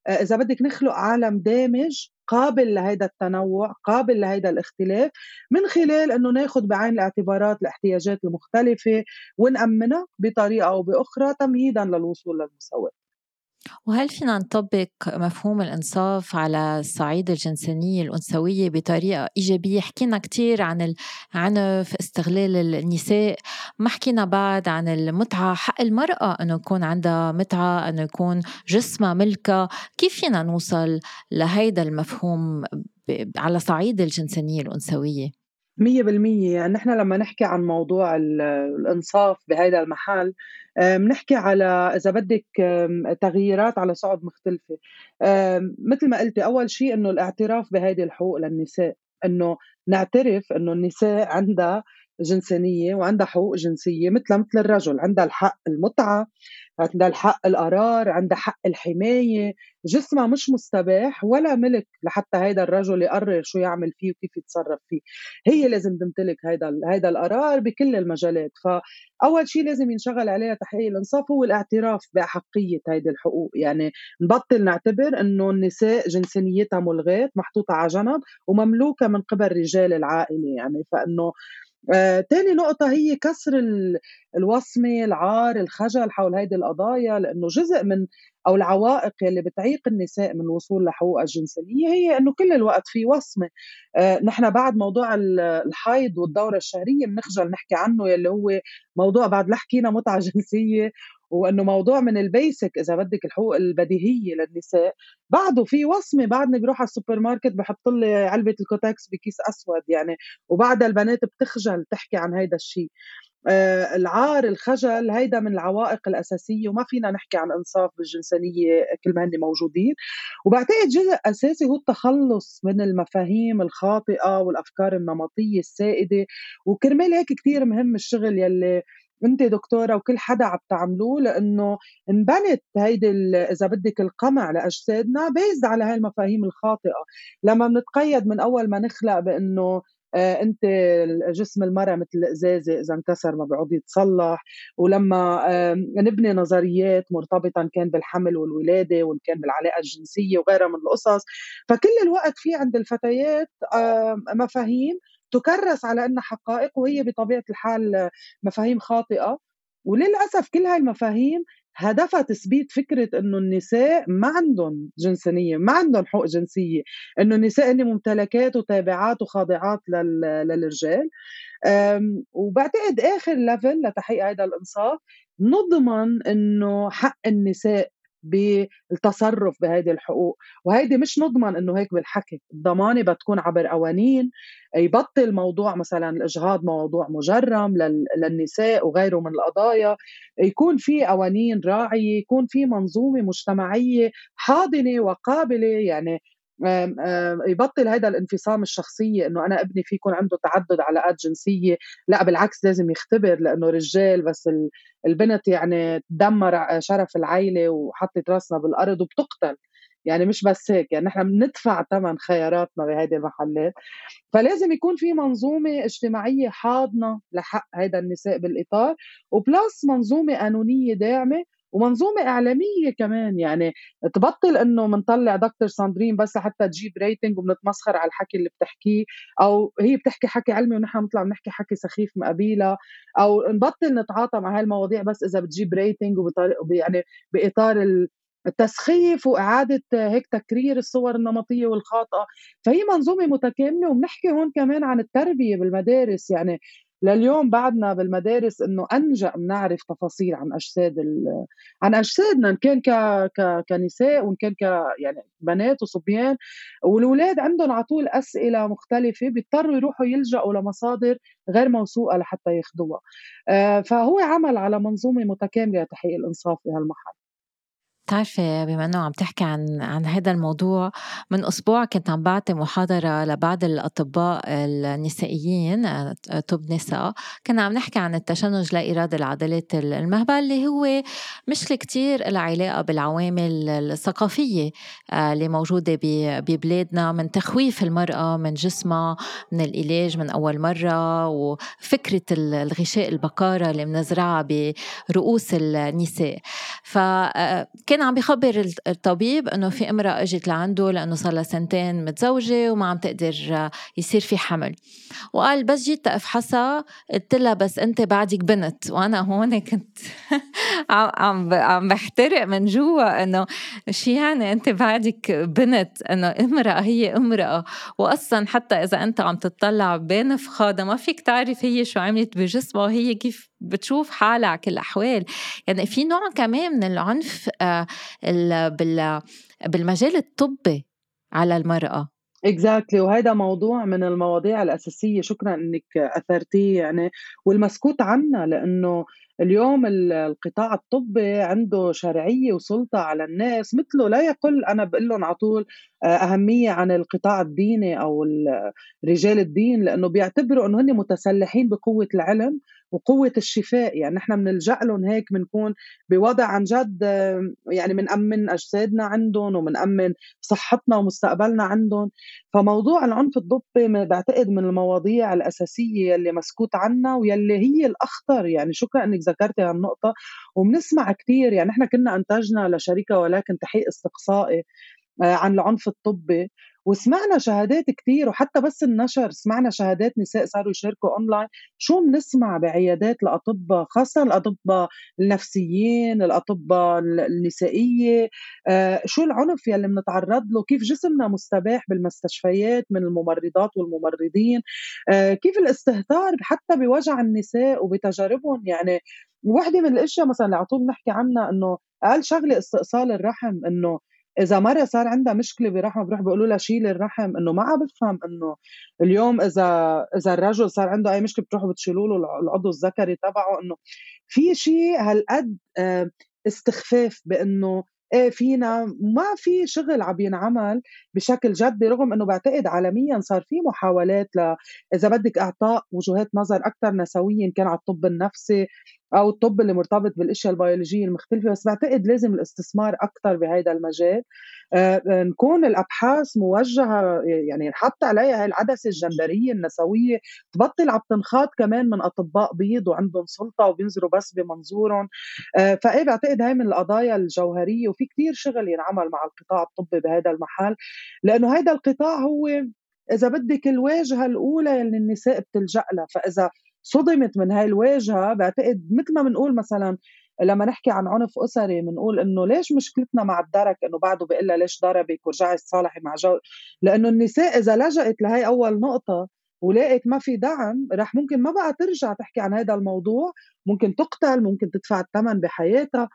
إذا بدك نخلق عالم دامج قابل لهيدا التنوع، قابل لهيدا الاختلاف، من خلال إنه ناخد بعين الاعتبارات الاحتياجات المختلفة ونأمنها بطريقة أو بأخرى تمهيدًا للوصول للمساواة. وهل فينا نطبق مفهوم الإنصاف على الصعيد الجنسانية الأنثوية بطريقة إيجابية؟ حكينا كتير عن العنف، استغلال النساء، ما حكينا بعد عن المتعة، حق المرأة أنه يكون عندها متعة، أنه يكون جسمها ملكة. كيف فينا نوصل لهيدا المفهوم على صعيد الجنسانية الأنثوية؟ 100% يعني نحن لمّا نحكي عن موضوع الإنصاف بهيدا المحل، منحكي على إذا بدِّك تغييرات على صُعُد مختلفة. متل ما قلتِ أول شي إنه الاعتراف بهيدي الحقوق للنساء، إنه نعترف إنه النساء عندها جنسانية وعندها حقوق جنسية متلها متل الرجل، عندها الحق المُتعة، عندها الحق القرار، عندها حق الحماية، جسمها مش مستباح ولا ملك لحتى هيدا الرجل يقرر شو يعمل فيه وكيف يتصرّف فيه. هي لازم تمتلك هيدا القرار بكل المجالات. فأول شي لازم ينشغل عليها تحقيق الإنصاف هو الاعتراف بأحقية هيدي الحقوق، يعني نبطّل نعتبر إنه النساء جنسانيتها مُلغاة محطوطة على جنب ومملوكة من قِبل رجال العائلة يعني. فإنه تاني نقطة هي كسر الوصمة، العار، الخجل حول هيدي القضايا، لإنه جزء من أو العوائق يلّي بتعيق النساء من الوصول لحقوقها الجنسية هي إنه كل الوقت في وصمة. نحن بعد موضوع الحيض والدورة الشهرية بنخجل نحكي عنه، يلّي هو موضوع بعد لا حكينا متعة جنسية، وإنه موضوع من الbasic إذا بدِّك الحقوق البديهية للنساء، بعده في وصمة. بعدني باروح على السوبر ماركت بيحط لي علبة الكوتكس بكيس أسود يعني، وبعدها البنات بتخجل تحكي عن هيدا الشي. العار، الخجل، هيدا من العوائق الأساسية وما فينا نحكي عن إنصاف بالجنسانية كل ما هن موجودين. وباعتقد جزء أساسي هو التخلُّص من المفاهيم الخاطئة والأفكار النمطية السائدة، وكرمال هيك كتير مهم الشغل يلّي أنتِ دكتورة وكل حدا عم تعملوه، لإنه انبنت هيدي إذا بدِّك القمع لأجسادنا based على هاي المفاهيم الخاطئة. لمّا منتقيّد من أول ما نخلق بإنه أنتِ جسم المرأة متل القزازة إذا انكسر ما بيعود يتصلّح، ولمّا نبني نظريات مرتبطة إن كان بالحمل والولادة وإن كان بالعلاقة الجنسية وغيرها من القصص، فكل الوقت في عند الفتيات مفاهيم تُكرّس على إنها حقائق وهي بطبيعة الحال مفاهيم خاطئة. وللأسف كل هاي المفاهيم هدفها تثبيت فكرة إنه النساء ما عندن جنسانية، ما عندن حقوق جنسية، إنه النساء هن ممتلكات وتابعات وخاضعات للرجال. وباعتقد آخر level لتحقيق هيدا الإنصاف نضمن إنه حق النساء بالتصرُّف بهيدي الحقوق، وهيدي مش نضمن إنه هيك بالحكي، الضمانة بتكون عبر قوانين، يبطّل موضوع مثلًا الإجهاض موضوع مُجرّم للنساء وغيره من القضايا، يكون في قوانين راعية، يكون في منظومة مجتمعية حاضنة وقابلة يعني. يبطّل هيدا الانفصام الشخصية إنه أنا ابني في يكون عنده تعدُّد علاقات جنسية، لأ بالعكس لازم يختبر لإنه رجال، بس البنت يعني تدمّر شرف العيلة وحطّت راسنا بالأرض وبتُقتل. يعني مش بس هيك، يعني نحن بندفع تمن خياراتنا بهيدي المحلات. فلازم يكون في منظومة اجتماعية حاضنة لحق هيدا النساء بالإطار، وبلس منظومة قانونية داعمة ومنظومة إعلامية كمان، يعني تبطّل إنه منطلّع دكتور ساندرين بس لحتى تجيب rating وبنتمسخر على الحكي اللي بتحكيه، أو هي بتحكي حكي علمي ونحن بنطلع بنحكي حكي سخيف مقابيلا، أو نبطّل نتعاطى مع هاي المواضيع بس إذا بتجيب rating يعني بإطار التسخيف وإعادة هيك تكرير الصور النمطية والخاطئة. فهي منظومة متكاملة. وبنحكي هون كمان عن التربية بالمدارس، يعني لليوم بعدنا بالمدارس إنه أنجأ منعرف تفاصيل عن عن أجسادنا إن كان كنساء وإن كان يعني بنات وصبيان، والولاد عندهم على طول أسئلة مختلفة بيضطروا يروحوا يلجأوا لمصادر غير موثوقة لحتى ياخدوها. فهو عمل على منظومة متكاملة لتحقيق الإنصاف بهالمحل. بتعرفي بما إنه عم تحكي عن هذا الموضوع، من أسبوع كنت عم بعطي محاضرة لبعض الأطباء النسائيين، طب نساء، كنا عم نحكي عن التشنج لا إرادي لعضلات المهبل، اللي هو مشكلة كتير لها علاقة بالعوامل الثقافية اللي موجودة ببلادنا، من تخويف المرأة من جسمها، من العلاج من أول مرة، وفكرة الغشاء البكارة اللي منزرعها برؤوس النساء. فكان كان عم بيخبر الطبيب إنه في امرأة اجت لعنده لأنه صار لها 2 متزوجة وما عم تقدر يصير في حمل، وقال بس جيت أفحصها قلت لها بس أنت بعدك بنت. وأنا هون كنت عم بحترق من جوا إنه شي يعني أنت بعدك بنت، إنه امرأة هي امرأة. وأصلا حتى إذا أنت عم تطلع بين فخادة ما فيك تعرف هي شو عملت بجسمها وهي كيف بتشوف حالها على كل الأحوال. يعني في نوع كمان من العنف بالمجال الطبي على المرأة. exactly. وهيدا موضوع من المواضيع الأساسية، شكرا إنك أثرتيه يعني، والمسكوت عنها، لأنه اليوم القطاع الطبي عنده شرعية وسلطة على الناس مثله لا يقل. أنا بقول لهم على طول أهمية عن القطاع الديني أو رجال الدين، لأنه بيعتبروا أنه هن متسلحين بقوة العلم وقوة الشفاء. يعني نحن بنلجأ لهم هيك، بنكون بوضع عن جد يعني بنأمن أجسادنا عندهم وبنأمن صحتنا ومستقبلنا عندهم. فموضوع العنف الضبي بعتقد من المواضيع الأساسية اللي مسكوت عنها واللي هي الأخطر. يعني شكرا أنك ذكرتي هالنقطة. وبنسمع كتير، يعني نحن كنا أنتجنا لشركة ولكن تحقيق استقصائي عن العنف الطبي، وسمعنا شهادات كتير، وحتى بس النشر سمعنا شهادات نساء صاروا يشاركوا أونلاين. شو بنسمع بعيادات الأطباء، خاصة الأطباء النفسيين، الأطباء النسائية، شو العنف يلي بنتعرض له، كيف جسمنا مستباح بالمستشفيات من الممرضات والممرضين، كيف الاستهتار حتى بوجع النساء وبتجاربهم. يعني واحدة من الأشياء مثلا اللي على طول بنحكي عنها إنه أقل شغلة استئصال الرحم. إنه إذا مرة صار عندها مشكلة برحمها بروح بيقولوا لها شيلي الرحم. إنه ما عم بفهم إنه اليوم إذا الرجل صار عنده أي مشكلة بتروحوا بتشيلوا له العضو الذكري تبعه. إنه في شيء هالقد استخفاف بإنه إيه فينا، ما في شغل عم ينعمل بشكل جدي، رغم إنه بعتقد عالميا صار في محاولات إذا بدك إعطاء وجهات نظر أكثر نسوية، إن كان على الطب النفسي أو الطب اللي مرتبط بالأشياء البيولوجية المختلفة. بس بعتقد لازم الاستثمار أكثر بهيدا المجال، نكون الأبحاث موجهة، يعني نحط عليها هاي العدسة الجندرية النسوية، تبطل عم تنخاط كمان من أطباء بيض وعندهم سلطة وبينظروا بس بمنظورهم. فإيه بعتقد هاي من القضايا الجوهرية، وفي كتير شغل ينعمل مع القطاع الطبي بهذا المحل، لأنه هيدا القطاع هو إذا بدك الواجهة الأولى اللي النساء بتلجأ لها. فإذا صدمت من هاي الواجهة، بعتقد مثل ما بنقول مثلا لما نحكي عن عنف أسري بنقول إنه ليش مشكلتنا مع الدرك، إنه بعده بيقول لها ليش ضربك ورجعي تصالحي مع جو. لأنه النساء إذا لجأت لهي أول نقطة ولقيت ما في دعم، رح ممكن ما بقى ترجع تحكي عن هذا الموضوع، ممكن تقتل، ممكن تدفع الثمن بحياتها.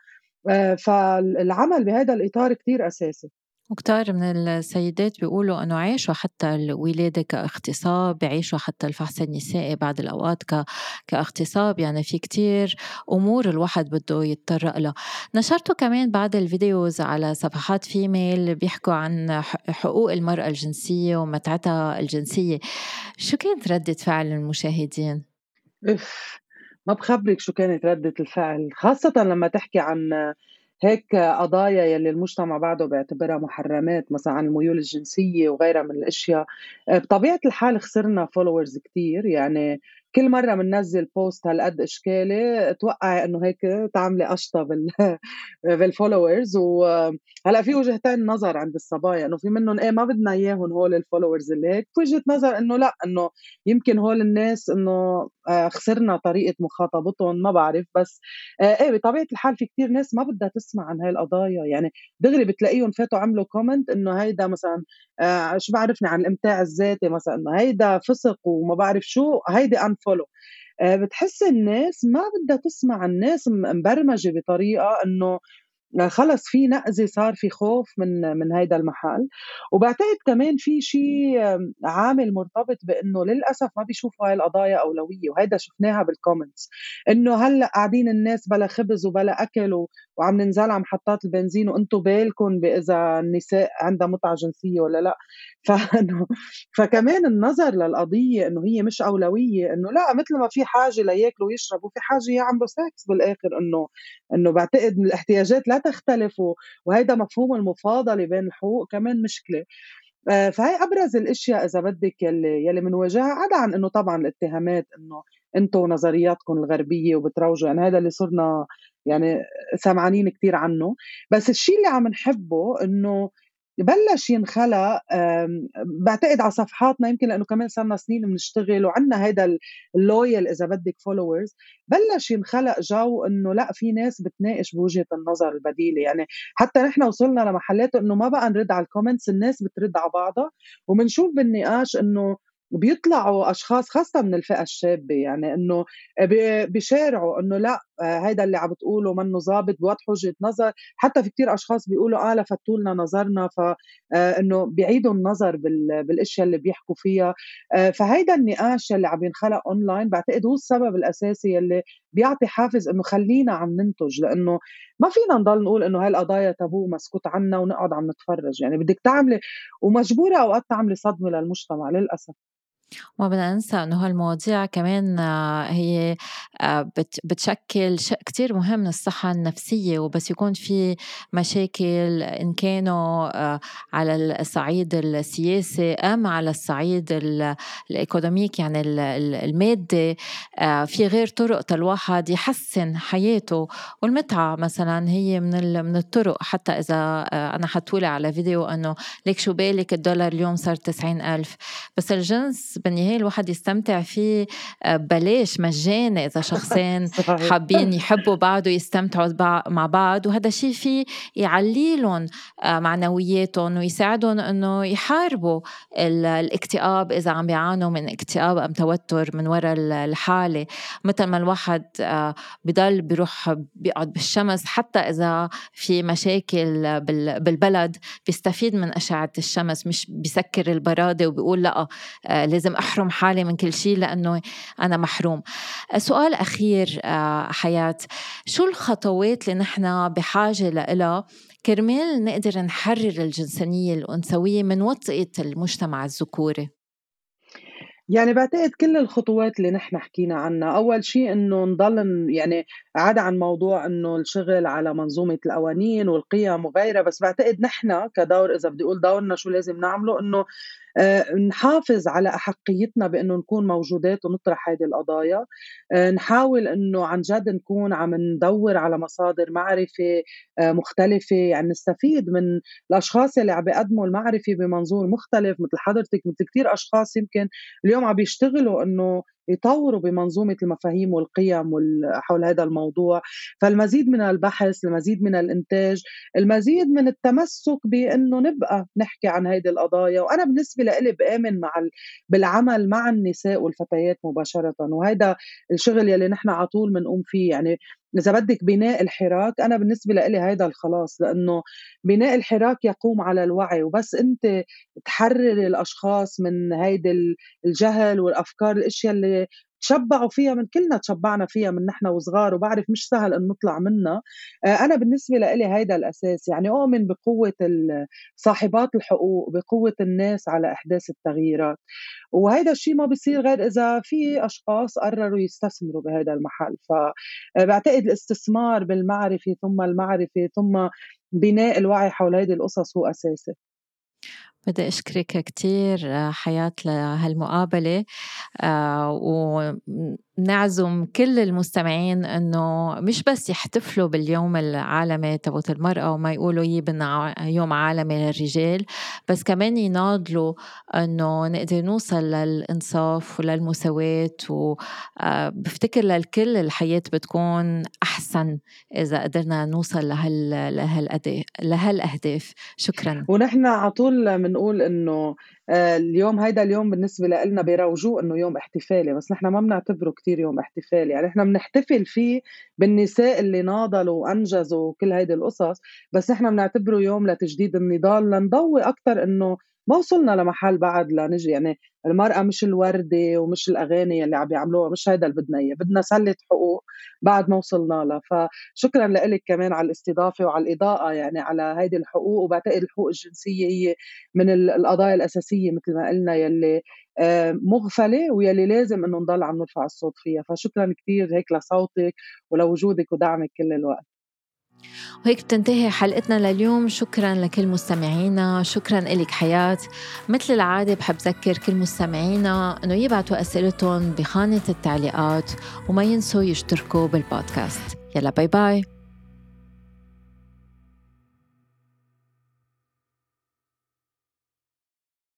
فالعمل بهذا الإطار كتير أساسي. وكتار من السيدات بيقولوا أنه عيشوا حتى الولادة كاغتصاب، بيعيشوا حتى الفحص النسائي بعض الأوقات كاغتصاب. يعني في كتير أمور الواحد بده يتطرق لها. نشرتوا كمان بعض الفيديوز على صفحات فيميل بيحكوا عن حقوق المرأة الجنسية ومتعتها الجنسية. شو كانت ردة فعل المشاهدين؟ ما بخبرك شو كانت ردة الفعل، خاصة لما تحكي عن هيك قضايا يلي المجتمع بعده بيعتبرها محرمات، مثلا عن الميول الجنسية وغيرها من الأشياء. بطبيعة الحال خسرنا فولورز كتير. يعني كل مرة بننزل بوست هالقد إشكالي توقعي إنه هيك تعملي قشطة بالفولورز. وهلا في وجهتين نظر عند الصبايا، إنه في منهم إيه ما بدنا إياهم هول الفولورز اللي هيك، في وجهة نظر إنه لا، إنه يمكن هول الناس إنه خسرنا طريقة مخاطبتهم، ما بعرف. بس إيه بطبيعة الحال في كتير ناس ما بدها تسمع عن هاي القضايا. يعني دغري بتلاقيهم فاتوا عملوا كومنت إنه هيدا مثلا شو بعرفني عن الإمتاع الذاتي، مثلا إنه هيدا فسق وما بعرف شو، هيدي unfollow. بتحس الناس ما بدها تسمع، الناس مبرمجة بطريقة إنه خلص في نقزة، صار في خوف من هيدا المحل. وبعتقد كمان في شيء عامل مرتبط بإنه للأسف ما بيشوفوا هاي القضايا أولوية، وهيدا شفناها بالكومنتس، إنه هلأ قاعدين الناس بلا خبز وبلا أكل وعم ننزل على محطات البنزين وأنتم بالكم بإذا النساء عندها متعة جنسية ولا لأ. فإنه فكمان النظر للقضية إنه هي مش أولوية، إنه لأ مثل ما في حاجة لياكلوا ويشربوا في حاجة يعملوا سكس بالآخر. إنه بعتقد الاحتياجات لا تختلف، وهيدا مفهوم المفاضلة بين الحقوق كمان مشكلة. فهي أبرز الأشياء إذا بدِّك يلّي منواجهها، عدا عن إنه طبعًا الاتهامات إنه أنتم ونظرياتكم الغربية وبتروجوا، يعني هذا اللي صرنا يعني سمعانين كتير عنه. بس الشيء اللي عم نحبه إنه بلش ينخلق بعتقد على صفحاتنا، يمكن لأنه كمان صارنا سنين بنشتغل وعندنا هيدا اللويال إذا بدك فولورز، بلش ينخلق جو إنه لا في ناس بتناقش بوجهة النظر البديلة. يعني حتى نحن وصلنا لمحلات إنه ما بقى نرد على الكومنتس، الناس بترد على بعضها، وبنشوف بالنقاش إنه بيطلعوا أشخاص خاصة من الفئة الشابة، يعني إنه بيشارعوا إنه لأ هيدا اللي عم بتقوله منه ضابط، بوضحوا وجهة نظر. حتى في كتير أشخاص بيقولوا لفتوا لنا نظرنا، إنه بيعيدوا النظر بالأشياء اللي بيحكوا فيها. فهيدا النقاش اللي عم ينخلق أونلاين بعتقد هو السبب الأساسي اللي بيعطي حافز إنه خلينا عم ننتج، لأنه ما فينا نضل نقول إنه هاي القضايا تابو مسكوت عنها ونقعد عم نتفرج. يعني بدك تعملي، ومجبورة أوقات تعملي صدمة للمجتمع للأسف. وما بدنا ننسى إنه هالمواضيع كمان هي بتشكل شيء كتير مهم من الصحة النفسية. وبس يكون في مشاكل إن كانوا على الصعيد السياسي أم على الصعيد الإيكونوميك، يعني المادي، في غير طرق الواحد يحسن حياته. والمتعة مثلا هي من الطرق. حتى إذا أنا حطولي على فيديو أنه ليك شو بالك الدولار اليوم صار 90,000، بس الجنس بالنهاية الواحد يستمتع فيه بلاش مجاني إذا شخصين حابين يحبوا بعض ويستمتعوا مع بعض. وهذا شيء فيه يعليلهم معنوياتهم ويساعدهم أنه يحاربوا الاكتئاب إذا عم بيعانوا من اكتئاب أم توتر من وراء الحالة. مثل ما الواحد بضل بيروح بيقعد بالشمس حتى إذا في مشاكل بالبلد، بيستفيد من أشعة الشمس، مش بيسكر البرادة وبيقول لا لازم أحرم حالي من كل شيء لأنه أنا محروم. سؤال أخير حياة، شو الخطوات اللي نحن بحاجة لها كرمال نقدر نحرر الجنسانية الأنثوية من وطئة المجتمع الذكوري؟ يعني بعتقد كل الخطوات اللي نحن حكينا عنها. أول شيء إنه نضل يعني عدا عن موضوع إنه الشغل على منظومة القوانين والقيم وغيرها، بس بعتقد نحن كدور، إذا بدي أقول دورنا شو لازم نعمله، إنه نحافظ على أحقيتنا بإنه نكون موجودات ونطرح هذه القضايا. نحاول إنه عن جد نكون عم ندور على مصادر معرفة مختلفة، يعني نستفيد من الأشخاص اللي عم بيقدموا المعرفة بمنظور مختلف، مثل حضرتك، مثل كتير أشخاص يمكن اليوم عم بيشتغلوا إنه يطوروا بمنظومة المفاهيم والقيم حول هذا الموضوع. فالمزيد من البحث، المزيد من الإنتاج، المزيد من التمسك بأنه نبقى نحكي عن هذه القضايا. وأنا بالنسبة لي بآمن بالعمل مع النساء والفتيات مباشرة، وهذا الشغل يلي نحن على طول بنقوم فيه. يعني إذا بدك بناء الحراك، أنا بالنسبة لي هيدا الخلاص، لأنه بناء الحراك يقوم على الوعي. وبس أنت تحرر الأشخاص من هيدا الجهل والأفكار، الأشياء اللي تشبعوا فيها، من كلنا تشبعنا فيها من نحن وصغار، وبعرف مش سهل أن نطلع منها. أنا بالنسبة لي هيدا الأساس. يعني أؤمن بقوة صاحبات الحقوق، بقوة الناس على إحداث التغييرات. وهيدا الشيء ما بيصير غير إذا في أشخاص قرروا يستثمروا بهذا المحل. فبعتقد الاستثمار بالمعرفة ثم المعرفة ثم بناء الوعي حول هذه القصص هو أساسي. بدي أشكرك كتير حياة لهالمقابلة، ونعزم كل المستمعين أنه مش بس يحتفلوا باليوم العالمي تبعت المرأة وما يقولوا بدنا يوم عالمي للرجال، بس كمان يناضلوا أنه نقدر نوصل للإنصاف وللمساواة. وبفتكر للكل الحياة بتكون أحسن إذا قدرنا نوصل لهالأهداف. شكرا. ونحن على طول بنقول إنه اليوم، هيدا اليوم بالنسبة لنا بيروجوه إنه يوم احتفالي، بس نحن ما بنعتبره كتير يوم احتفالي. يعني نحن بنحتفل فيه بالنساء اللي ناضلوا وأنجزوا كل هيدي القصص، بس نحن بنعتبره يوم لتجديد النضال، لنضوي أكتر إنه ما وصلنا لمحل بعد لنجي. يعني المرأة مش الوردة ومش الأغاني اللي عم يعملوها، مش هيدا اللي بدنا إياه، بدنا سلة حقوق بعد ما وصلنا لها. فشكرا لك كمان على الاستضافة وعلى الإضاءة يعني على هيدي الحقوق. وبعتقد الحقوق الجنسية هي من القضايا الأساسية مثل ما قلنا، يلي مغفلة ويلي لازم إنه نضل عم نرفع الصوت فيها. فشكرا كتير هيك لصوتك ولوجودك ودعمك كل الوقت. وهيك بتنتهي حلقتنا لليوم. شكرا لكل مستمعينا، شكرا لك حياة. مثل العادة بحب ذكر كل مستمعينا أنه يبعتوا أسئلتهم بخانة التعليقات، وما ينسوا يشتركوا بالبودكاست. يلا باي باي.